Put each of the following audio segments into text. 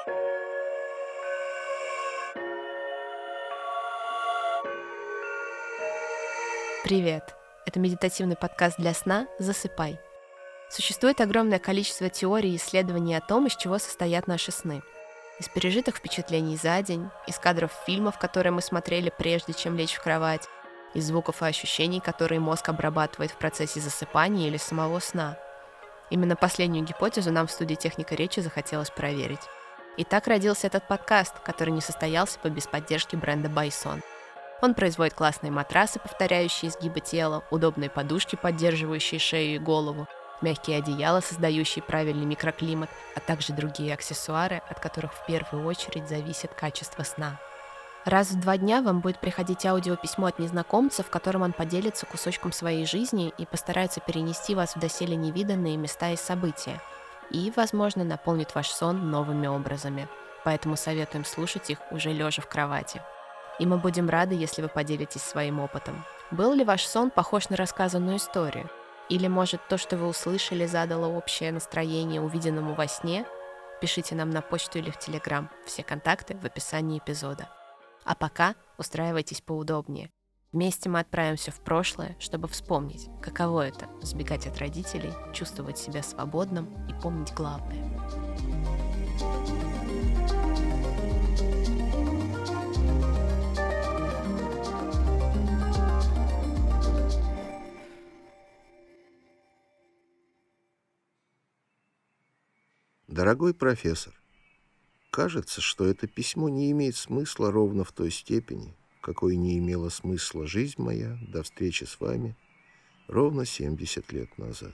Привет! Это медитативный подкаст для сна «Засыпай». Существует огромное количество теорий и исследований о том, из чего состоят наши сны. Из пережитых впечатлений за день, из кадров фильмов, которые мы смотрели прежде, чем лечь в кровать, из звуков и ощущений, которые мозг обрабатывает в процессе засыпания или самого сна. Именно последнюю гипотезу нам в студии «Техника речи» захотелось проверить. И так родился этот подкаст, который не состоялся бы без поддержки бренда Байсон. Он производит классные матрасы, повторяющие изгибы тела, удобные подушки, поддерживающие шею и голову, мягкие одеяла, создающие правильный микроклимат, а также другие аксессуары, от которых в первую очередь зависит качество сна. Раз в 2 дня вам будет приходить аудиописьмо от незнакомца, в котором он поделится кусочком своей жизни и постарается перенести вас в доселе невиданные места и события. И, возможно, наполнит ваш сон новыми образами. Поэтому советуем слушать их уже лежа в кровати. И мы будем рады, если вы поделитесь своим опытом. Был ли ваш сон похож на рассказанную историю? Или, может, то, что вы услышали, задало общее настроение увиденному во сне? Пишите нам на почту или в Телеграм. Все контакты в описании эпизода. А пока устраивайтесь поудобнее. Вместе мы отправимся в прошлое, чтобы вспомнить, каково это – сбегать от родителей, чувствовать себя свободным и помнить главное. Дорогой профессор, кажется, что это письмо не имеет смысла ровно в той степени, какой не имела смысла жизнь моя до встречи с вами ровно 70 лет назад.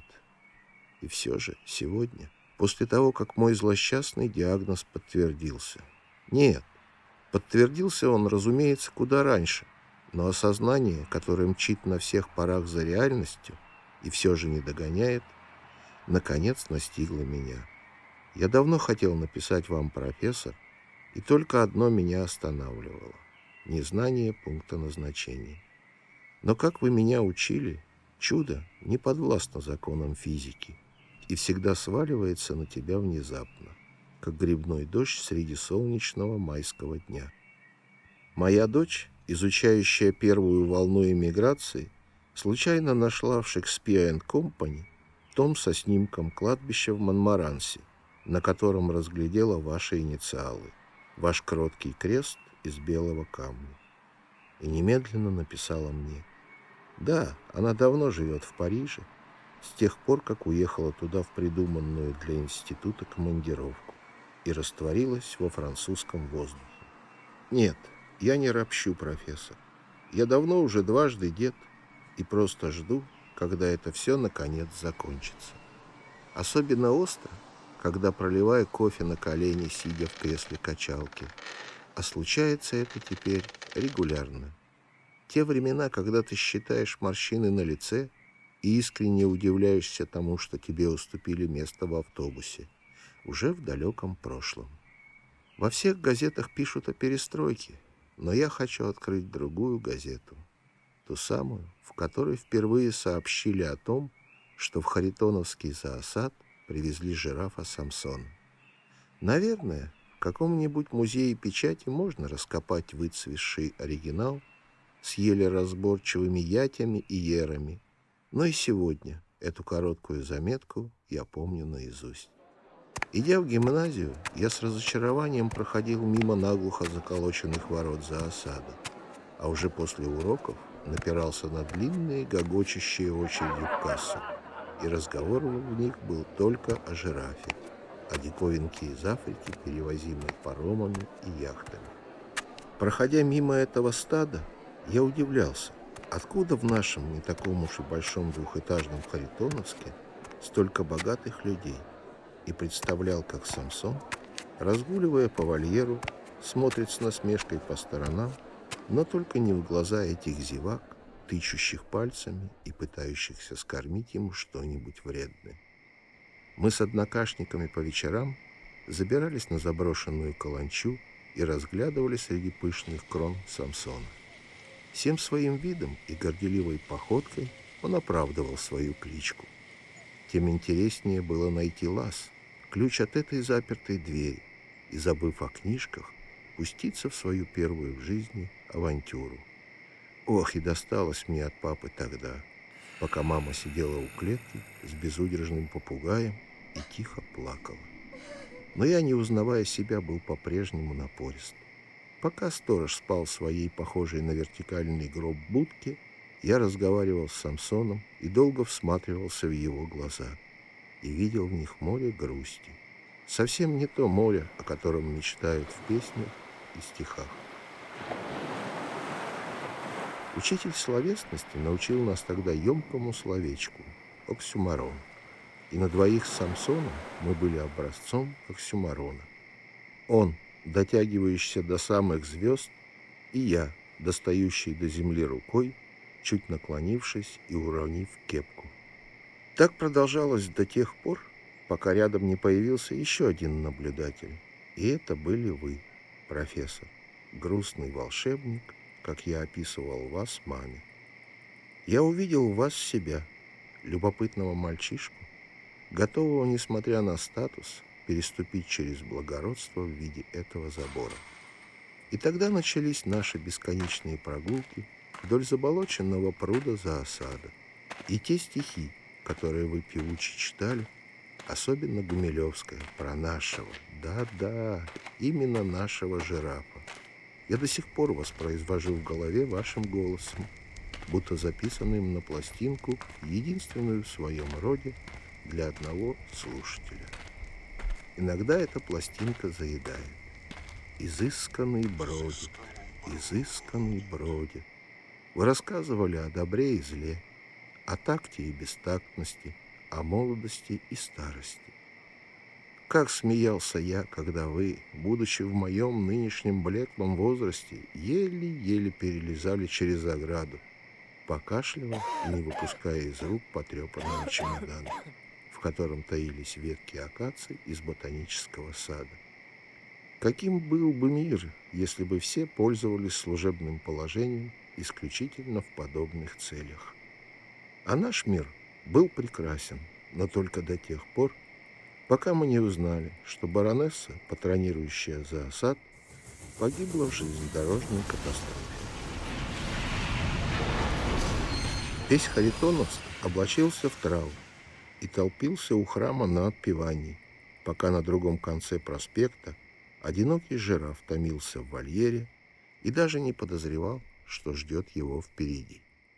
И все же сегодня, после того, как мой злосчастный диагноз подтвердился. Нет, подтвердился он, разумеется, куда раньше, но осознание, которое мчит на всех парах за реальностью и все же не догоняет, наконец настигло меня. Я давно хотел написать вам, профессор, и только одно меня останавливало – незнание пункта назначения. Но, как вы меня учили, чудо не подвластно законам физики и всегда сваливается на тебя внезапно, как грибной дождь среди солнечного майского дня. Моя дочь, изучающая первую волну эмиграции, случайно нашла в Шекспир & Компани том со снимком кладбища в Монмаранси, на котором разглядела ваши инициалы, ваш кроткий крест из белого камня. И немедленно написала мне. Да, она давно живет в Париже, с тех пор, как уехала туда в придуманную для института командировку и растворилась во французском воздухе. Нет, я не ропщу, профессор. Я давно уже дважды дед и просто жду, когда это все наконец закончится. Особенно остро, когда проливаю кофе на колени, сидя в кресле качалки. А случается это теперь регулярно. Те времена, когда ты считаешь морщины на лице и искренне удивляешься тому, что тебе уступили место в автобусе, уже в далеком прошлом. Во всех газетах пишут о перестройке, но я хочу открыть другую газету. Ту самую, в которой впервые сообщили о том, что в Харитоновский зоосад привезли жирафа Самсона. Наверное, в каком-нибудь музее печати можно раскопать выцветший оригинал с еле разборчивыми ятями и ерами, но и сегодня эту короткую заметку я помню наизусть. Идя в гимназию, я с разочарованием проходил мимо наглухо заколоченных ворот зоосада, а уже после уроков напирался на длинные гогочущие очереди в кассу, и разговор в них был только о жирафе, о диковинке из Африки, перевозимой паромами и яхтами. Проходя мимо этого стада, я удивлялся, откуда в нашем не таком уж и большом двухэтажном Харитоновске столько богатых людей, и представлял, как Самсон, разгуливая по вольеру, смотрит с насмешкой по сторонам, но только не в глаза этих зевак, тычущих пальцами и пытающихся скормить ему что-нибудь вредное. Мы с однокашниками по вечерам забирались на заброшенную каланчу и разглядывали среди пышных крон Самсона. Всем своим видом и горделивой походкой он оправдывал свою кличку. Тем интереснее было найти лаз, ключ от этой запертой двери, и, забыв о книжках, пуститься в свою первую в жизни авантюру. Ох, и досталось мне от папы тогда, пока мама сидела у клетки с безудержным попугаем и тихо плакала. Но я, не узнавая себя, был по-прежнему напорист. Пока сторож спал в своей, похожей на вертикальный гроб, будке, я разговаривал с Самсоном и долго всматривался в его глаза и видел в них море грусти. Совсем не то море, о котором мечтают в песнях и стихах. Учитель словесности научил нас тогда емкому словечку — оксюмарон. И на двоих с Самсоном мы были образцом оксюмарона. Он, дотягивающийся до самых звезд, и я, достающий до земли рукой, чуть наклонившись и уронив кепку. Так продолжалось до тех пор, пока рядом не появился еще один наблюдатель. И это были вы, профессор, грустный волшебник, как я описывал вас маме. Я увидел в вас себя, любопытного мальчишку, готового, несмотря на статус, переступить через благородство в виде этого забора. И тогда начались наши бесконечные прогулки вдоль заболоченного пруда Заосада. И те стихи, которые вы певуче читали, особенно Гумилевская, про нашего, да-да, именно нашего жирафа. Я до сих пор воспроизвожу в голове вашим голосом, будто записанным на пластинку, единственную в своем роде для одного слушателя. Иногда эта пластинка заедает. Изысканный бродит, изысканный бродит. Вы рассказывали о добре и зле, о такте и бестактности, о молодости и старости. Как смеялся я, когда вы, будучи в моем нынешнем блеклом возрасте, еле-еле перелезали через ограду, покашливая и не выпуская из рук потрепанного чемодана, в котором таились ветки акаций из ботанического сада. Каким был бы мир, если бы все пользовались служебным положением исключительно в подобных целях? А наш мир был прекрасен, но только до тех пор, пока мы не узнали, что баронесса, патронирующая Заосад, погибла в железнодорожной катастрофе. Весь Харитоновск облачился в траур и толпился у храма на отпевании, пока на другом конце проспекта одинокий жираф томился в вольере и даже не подозревал, что ждет его впереди.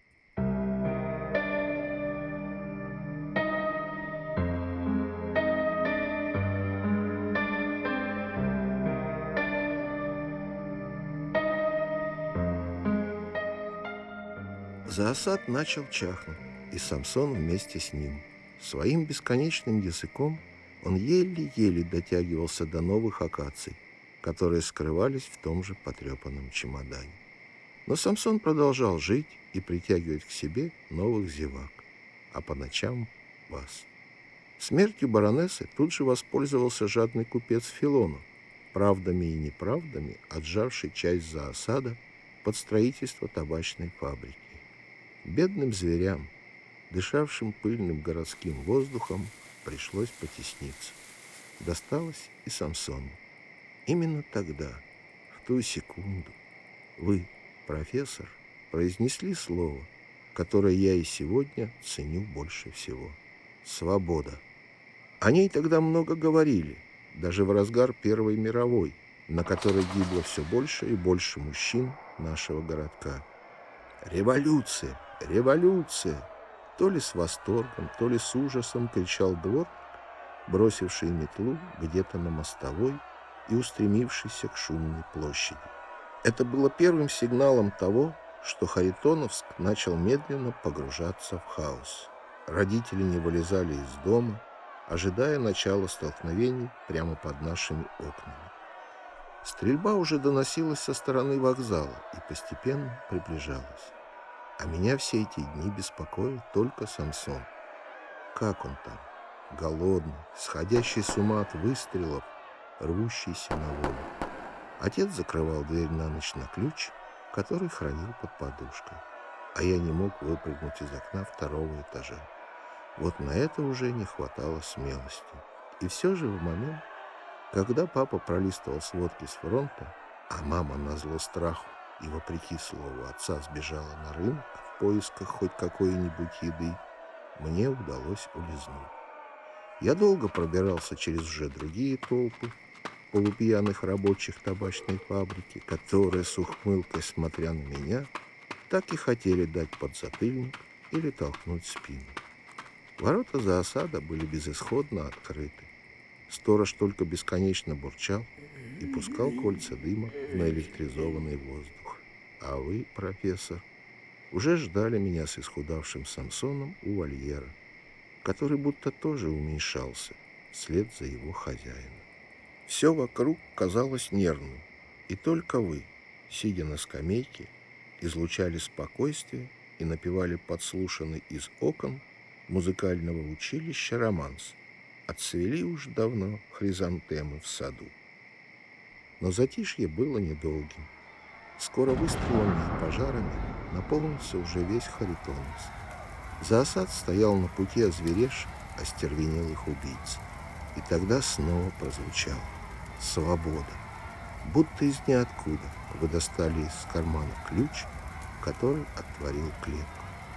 Заосад начал чахнуть, и Самсон вместе с ним. Своим бесконечным языком он еле-еле дотягивался до новых акаций, которые скрывались в том же потрепанном чемодане. Но Самсон продолжал жить и притягивать к себе новых зевак, а по ночам — вас. Смертью баронессы тут же воспользовался жадный купец Филонов, правдами и неправдами отжавший часть Заосада под строительство табачной фабрики. Бедным зверям, дышавшим пыльным городским воздухом, пришлось потесниться. Досталось и Самсону. Именно тогда, в ту секунду, вы, профессор, произнесли слово, которое я и сегодня ценю больше всего — свобода. О ней тогда много говорили, даже в разгар Первой мировой, на которой гибло все больше и больше мужчин нашего городка. «Революция! Революция!» То ли с восторгом, то ли с ужасом кричал дворник, бросивший метлу где-то на мостовой и устремившийся к шумной площади. Это было первым сигналом того, что Харитоновск начал медленно погружаться в хаос. Родители не вылезали из дома, ожидая начала столкновений прямо под нашими окнами. Стрельба уже доносилась со стороны вокзала и постепенно приближалась. А меня все эти дни беспокоил только Самсон. Как он там? Голодный, сходящий с ума от выстрелов, рвущийся на волю. Отец закрывал дверь на ночь на ключ, который хранил под подушкой. А я не мог выпрыгнуть из окна второго этажа. Вот на это уже не хватало смелости. И все же в момент, Когда папа пролистывал сводки с фронта, а мама назло страху и, вопреки слову отца, сбежала на рынок в поисках хоть какой-нибудь еды, мне удалось улизнуть. Я долго пробирался через уже другие толпы полупьяных рабочих табачной фабрики, которые с ухмылкой, смотря на меня, так и хотели дать подзатыльник или толкнуть в спину. Ворота заосада были безысходно открыты. Сторож только бесконечно бурчал и пускал кольца дыма в наэлектризованный воздух. А вы, профессор, уже ждали меня с исхудавшим Самсоном у вольера, который будто тоже уменьшался вслед за его хозяином. Все вокруг казалось нервным, и только вы, сидя на скамейке, излучали спокойствие и напевали подслушанный из окон музыкального училища романс. Отцвели уж давно хризантемы в саду. Но затишье было недолгим. Скоро выстрелами и пожарами наполнился уже весь Харитонус. Заосад стоял на пути озверевших, остервенелых убийц. И тогда снова прозвучало: свобода. Будто из ниоткуда вы достали из кармана ключ, который отворил клетку.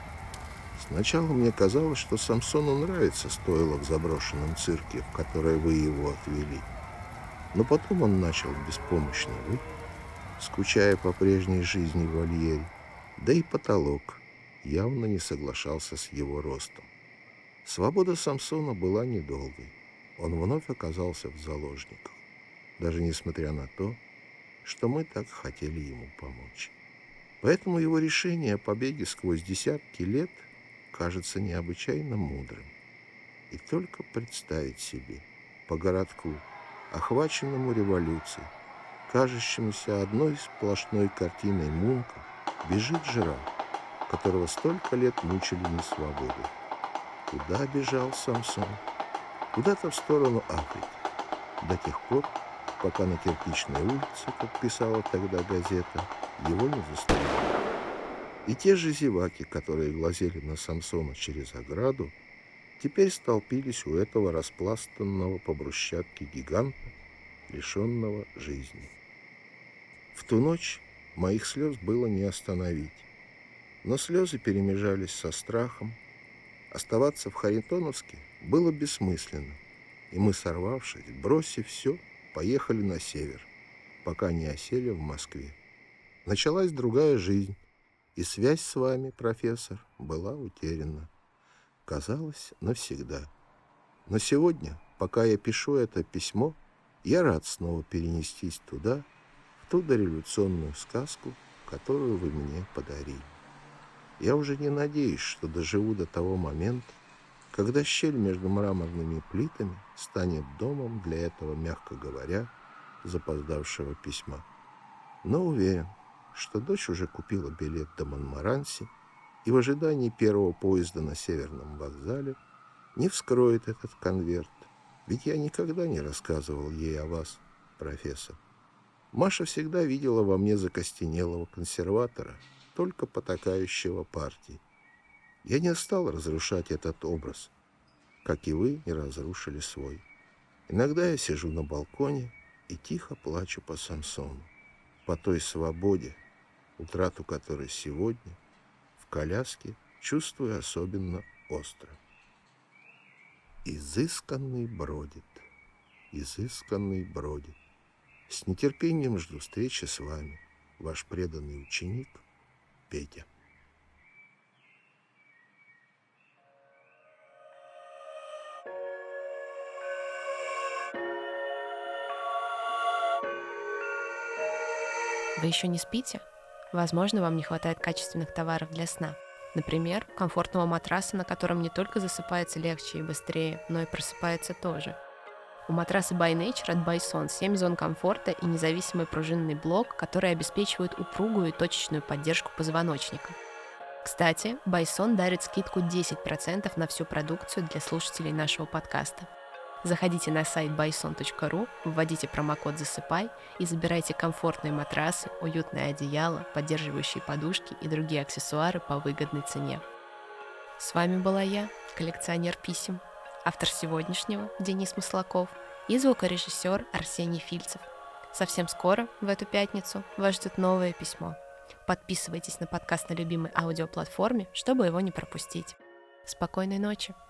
Сначала мне казалось, что Самсону нравится стойло в заброшенном цирке, в которое вы его отвели. Но потом он начал беспомощно выть, скучая по прежней жизни в вольере, да и потолок явно не соглашался с его ростом. Свобода Самсона была недолгой. Он вновь оказался в заложниках, даже несмотря на то, что мы так хотели ему помочь. Поэтому его решение о побеге сквозь десятки лет кажется необычайно мудрым. И только представить себе, по городку, охваченному революцией, кажущемуся одной сплошной картиной Мунка, бежит жираф, которого столько лет мучили несвободой. Куда бежал Самсон? Куда-то в сторону Африки. До тех пор, пока на Кирпичной улице, как писала тогда газета, его не застрелили. И те же зеваки, которые глазели на Самсона через ограду, теперь столпились у этого распластанного по брусчатке гиганта, лишенного жизни. В ту ночь моих слез было не остановить, но слезы перемежались со страхом. Оставаться в Харитоновске было бессмысленно, и мы, сорвавшись, бросив все, поехали на север, пока не осели в Москве. Началась другая жизнь, и связь с вами, профессор, была утеряна. Казалось, навсегда. Но сегодня, пока я пишу это письмо, я рад снова перенестись туда, в ту дореволюционную сказку, которую вы мне подарили. Я уже не надеюсь, что доживу до того момента, когда щель между мраморными плитами станет домом для этого, мягко говоря, запоздавшего письма. Но уверен, что дочь уже купила билет до Монмаранси и в ожидании первого поезда на Северном вокзале не вскроет этот конверт, ведь я никогда не рассказывал ей о вас, профессор. Маша всегда видела во мне закостенелого консерватора, только потакающего партии. Я не стал разрушать этот образ, как и вы не разрушили свой. Иногда я сижу на балконе и тихо плачу по Самсону, по той свободе, утрату которой сегодня в коляске чувствую особенно остро. Изысканный бродит, изысканный бродит. С нетерпением жду встречи с вами, ваш преданный ученик Петя. Вы еще не спите? Возможно, вам не хватает качественных товаров для сна. Например, комфортного матраса, на котором не только засыпается легче и быстрее, но и просыпается тоже. У матраса By Nature от Bison 7 зон комфорта и независимый пружинный блок, который обеспечивает упругую и точечную поддержку позвоночника. Кстати, Bison дарит скидку 10% на всю продукцию для слушателей нашего подкаста. Заходите на сайт bison.ru, вводите промокод «Засыпай» и забирайте комфортные матрасы, уютное одеяло, поддерживающие подушки и другие аксессуары по выгодной цене. С вами была я, коллекционер писем, автор сегодняшнего Денис Маслаков и звукорежиссер Арсений Фильцев. Совсем скоро, в эту пятницу, вас ждет новое письмо. Подписывайтесь на подкаст на любимой аудиоплатформе, чтобы его не пропустить. Спокойной ночи!